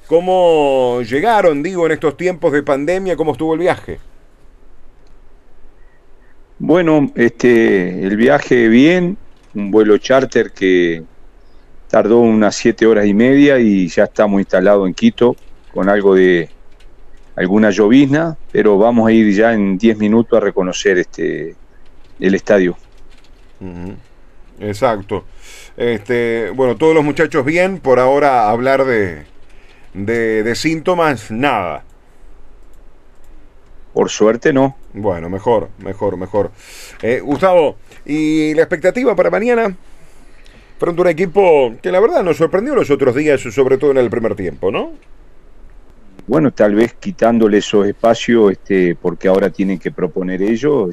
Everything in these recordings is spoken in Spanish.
¿Cómo llegaron, digo, en estos tiempos de pandemia? ¿Cómo estuvo el viaje? Bueno, el viaje bien, un vuelo charter que tardó unas 7 horas y media y ya estamos instalados en Quito con algo de alguna llovizna, pero vamos a ir ya en 10 minutos a reconocer el estadio. Ujú. Exacto. Bueno, todos los muchachos bien, por ahora hablar de síntomas, nada. Por suerte no. Bueno, mejor, mejor, mejor. Gustavo, ¿y la expectativa para mañana? Frente a un equipo que la verdad nos sorprendió los otros días, sobre todo en el primer tiempo, ¿no? Bueno, tal vez quitándole esos espacios, porque ahora tienen que proponer ellos,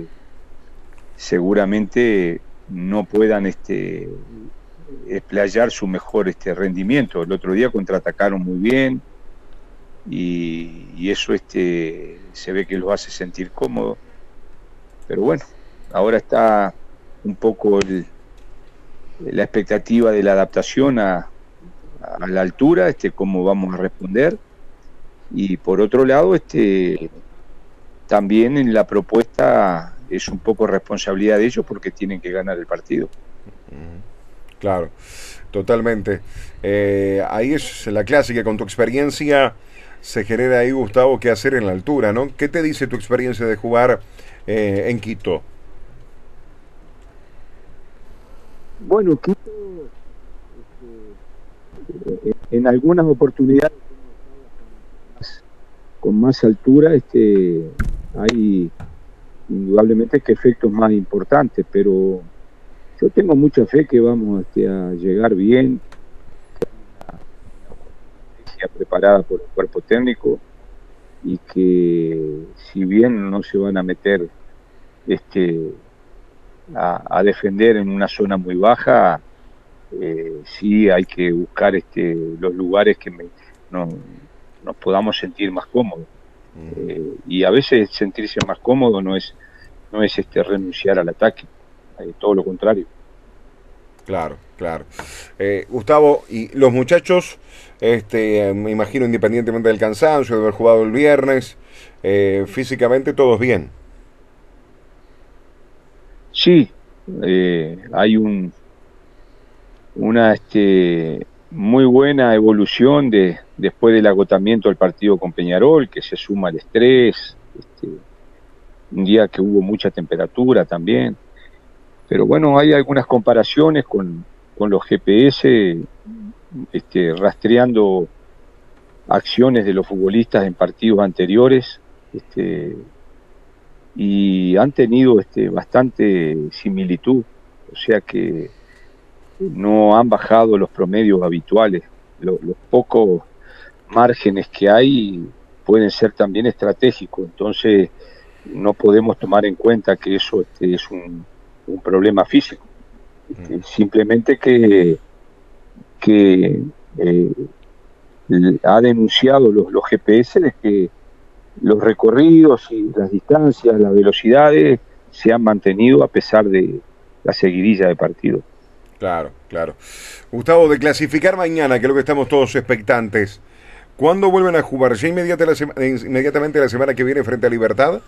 seguramente no puedan explayar su mejor rendimiento. El otro día contraatacaron muy bien y eso se ve que los hace sentir cómodos. Pero bueno, ahora está un poco la expectativa de la adaptación a la altura, cómo vamos a responder. Y por otro lado, también en la propuesta es un poco responsabilidad de ellos porque tienen que ganar el partido. Claro, totalmente. Ahí es la clásica, con tu experiencia se genera ahí, Gustavo, qué hacer en la altura, ¿no? ¿Qué te dice tu experiencia de jugar en Quito? Bueno, Quito, en algunas oportunidades con más altura, hay indudablemente que efectos más importantes, pero yo tengo mucha fe que vamos a llegar bien, ya preparada por el cuerpo técnico y que si bien no se van a meter este, a defender en una zona muy baja, sí hay que buscar los lugares que no, nos podamos sentir más cómodos. Y a veces sentirse más cómodo no es renunciar al ataque, todo lo contrario. Claro, claro. Gustavo, y los muchachos, me imagino independientemente del cansancio, de haber jugado el viernes, físicamente todos bien. Sí, hay una muy buena evolución después del agotamiento del partido con Peñarol, que se suma al estrés, un día que hubo mucha temperatura también. Pero bueno, hay algunas comparaciones con los GPS, rastreando acciones de los futbolistas en partidos anteriores, y han tenido bastante similitud, o sea que no han bajado los promedios habituales. Los pocos márgenes que hay pueden ser también estratégicos, entonces no podemos tomar en cuenta que eso es un problema físico, simplemente que eh, ha denunciado los GPS de que los recorridos y las distancias, las velocidades se han mantenido a pesar de la seguidilla de partido. Claro, claro. Gustavo, de clasificar mañana, que es lo que estamos todos expectantes, ¿cuándo vuelven a jugar? ¿Ya inmediatamente la semana que viene frente a Libertad?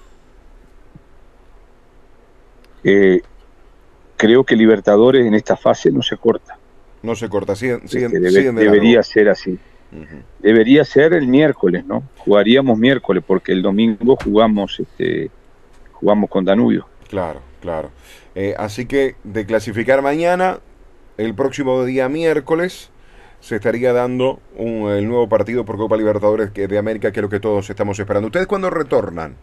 Eh, Creo que Libertadores en esta fase no se corta. No se corta, siguen de largo. Debería ser así. Ujú. Debería ser el miércoles, ¿no? Jugaríamos miércoles porque el domingo jugamos con Danubio. Claro, claro. Así que de clasificar mañana, el próximo día miércoles se estaría dando el nuevo partido por Copa Libertadores de América, que es lo que todos estamos esperando. ¿Ustedes cuándo retornan?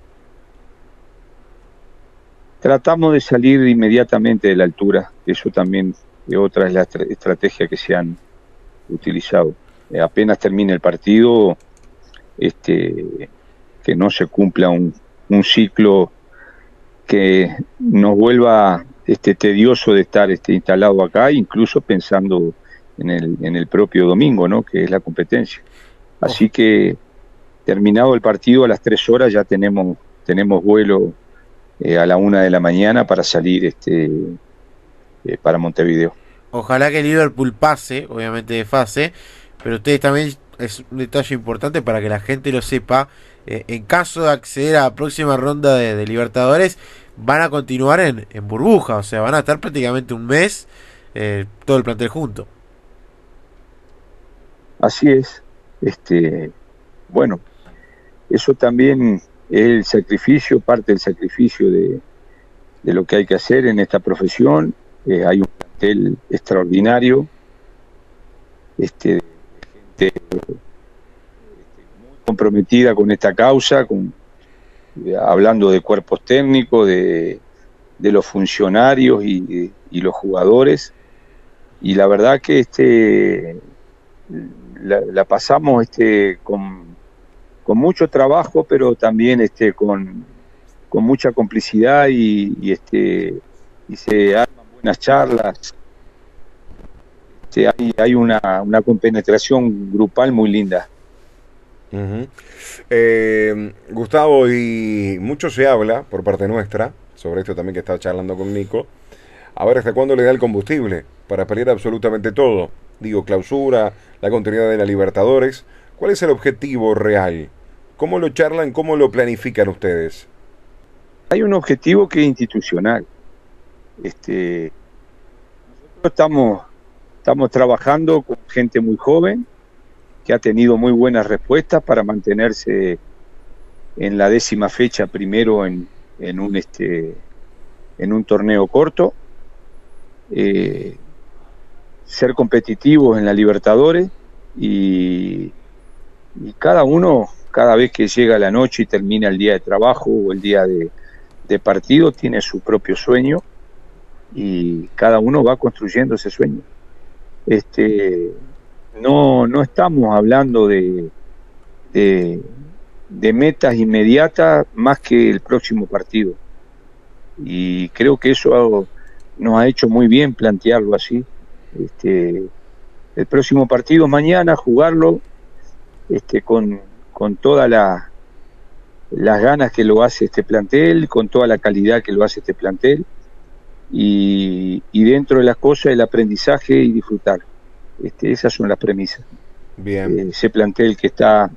Tratamos de salir inmediatamente de la altura, eso también otra es la estrategia que se han utilizado. Apenas termine el partido, que no se cumpla un ciclo que nos vuelva tedioso de estar instalado acá, incluso pensando en el propio domingo, ¿no? Que es la competencia. Oh, Así que terminado el partido a las 3 horas ya tenemos vuelo a la 1 de la mañana para salir para Montevideo. Ojalá que Liverpool pase, obviamente de fase, pero ustedes también es un detalle importante para que la gente lo sepa. En caso de acceder a la próxima ronda de Libertadores, van a continuar en burbuja, o sea, van a estar prácticamente un mes todo el plantel junto. Así es. Bueno, eso también es el sacrificio, parte del sacrificio de lo que hay que hacer en esta profesión. Hay un plantel extraordinario, gente muy comprometida con esta causa, hablando de cuerpos técnicos, de los funcionarios y los jugadores. Y la verdad que la pasamos con mucho trabajo, pero también con mucha complicidad y se arman buenas charlas. Hay una compenetración grupal muy linda. Gustavo, y mucho se habla por parte nuestra sobre esto también que estaba charlando con Nico. A ver hasta cuándo le da el combustible para pelear absolutamente todo. Digo, clausura, la continuidad de la Libertadores. ¿Cuál es el objetivo real? ¿Cómo lo charlan? ¿Cómo lo planifican ustedes? Hay un objetivo que es institucional. Nosotros estamos trabajando con gente muy joven que ha tenido muy buenas respuestas para mantenerse en la 10ª fecha primero en un torneo corto, ser competitivos en la Libertadores y cada uno, cada vez que llega la noche y termina el día de trabajo o el día de partido, tiene su propio sueño y cada uno va construyendo ese sueño. No estamos hablando de metas inmediatas más que el próximo partido. Y creo que eso nos ha hecho muy bien plantearlo así. El próximo partido mañana, jugarlo con todas las ganas que lo hace este plantel, con toda la calidad que lo hace este plantel, y dentro de las cosas el aprendizaje y disfrutar. Esas son las premisas. Bien. Ese plantel que está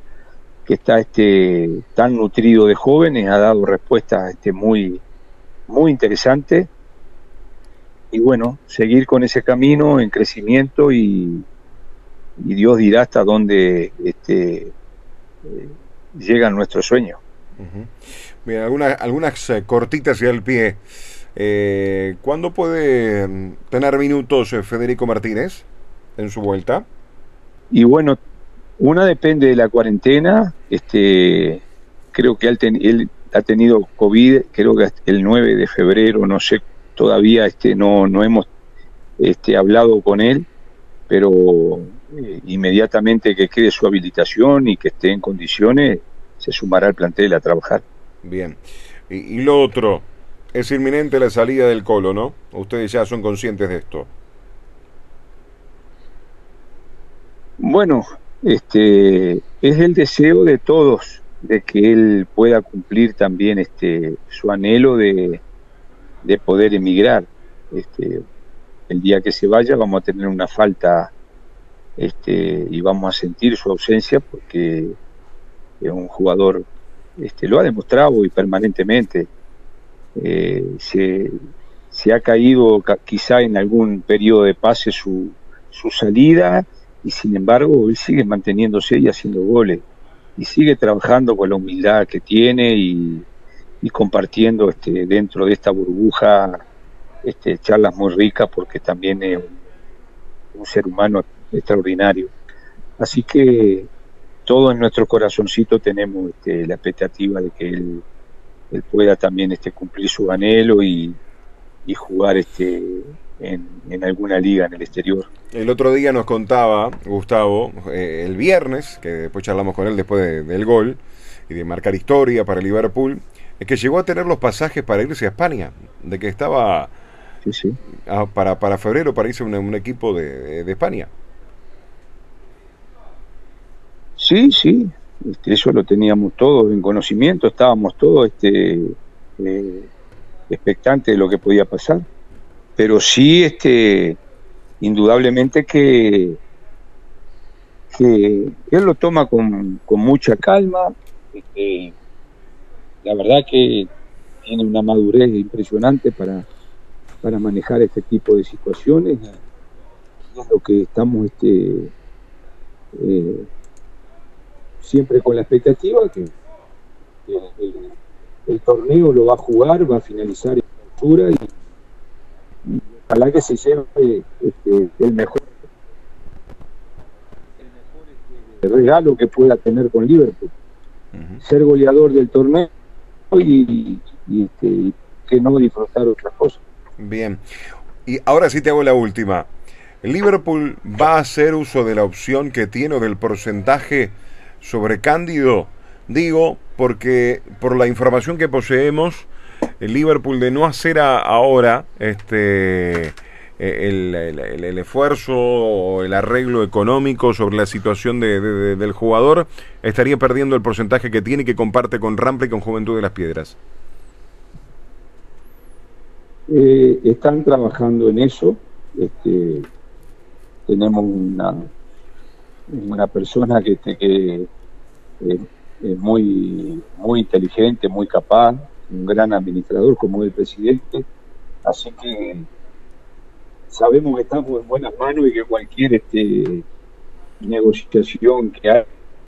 tan nutrido de jóvenes ha dado respuestas muy interesantes, y bueno, seguir con ese camino en crecimiento y Dios dirá hasta dónde llegan nuestros sueños. Bien, algunas cortitas y al pie. ¿Cuándo puede tener minutos Federico Martínez en su vuelta? Y bueno, una depende de la cuarentena. Creo que él ha tenido COVID, creo que hasta el 9 de febrero, no sé, todavía no hemos hablado con él, pero inmediatamente que quede su habilitación y que esté en condiciones, se sumará al plantel a trabajar. Bien. Y lo otro, es inminente la salida del Colo, ¿no? Ustedes ya son conscientes de esto. Bueno, es el deseo de todos de que él pueda cumplir también su anhelo de poder emigrar. El día que se vaya vamos a tener una falta y vamos a sentir su ausencia, porque es un jugador, lo ha demostrado y permanentemente. Se ha caído quizá en algún periodo de pase su salida, y sin embargo él sigue manteniéndose y haciendo goles, y sigue trabajando con la humildad que tiene y compartiendo dentro de esta burbuja charlas muy ricas, porque también es un ser humano extraordinario. Así que todos en nuestro corazoncito tenemos la expectativa de que él pueda también cumplir su anhelo y jugar en alguna liga en el exterior. El otro día nos contaba Gustavo, el viernes, que después charlamos con él después del gol y de marcar historia para Liverpool, es que llegó a tener los pasajes para irse a España, de que estaba sí. Para febrero para irse a un equipo de España. Sí, eso lo teníamos todos en conocimiento, estábamos todos expectantes de lo que podía pasar, pero sí indudablemente que que él lo toma con mucha calma. La verdad que tiene una madurez impresionante para manejar este tipo de situaciones. Es lo que estamos siempre con la expectativa que el torneo lo va a jugar, va a finalizar en altura y ojalá que se lleve el mejor regalo que pueda tener con Liverpool. Ser goleador del torneo y que no disfrutar otras cosas. Bien, y ahora sí te hago la última. ¿Liverpool va a hacer uso de la opción que tiene o del porcentaje sobre Cándido? Digo, porque por la información que poseemos, el Liverpool, de no hacer ahora el esfuerzo o el arreglo económico sobre la situación del jugador, estaría perdiendo el porcentaje que tiene y que comparte con Rampla y con Juventud de las Piedras. Están trabajando en eso. Tenemos una persona que es muy inteligente, muy capaz, un gran administrador como el presidente, así que sabemos que estamos en buenas manos y que cualquier negociación que haya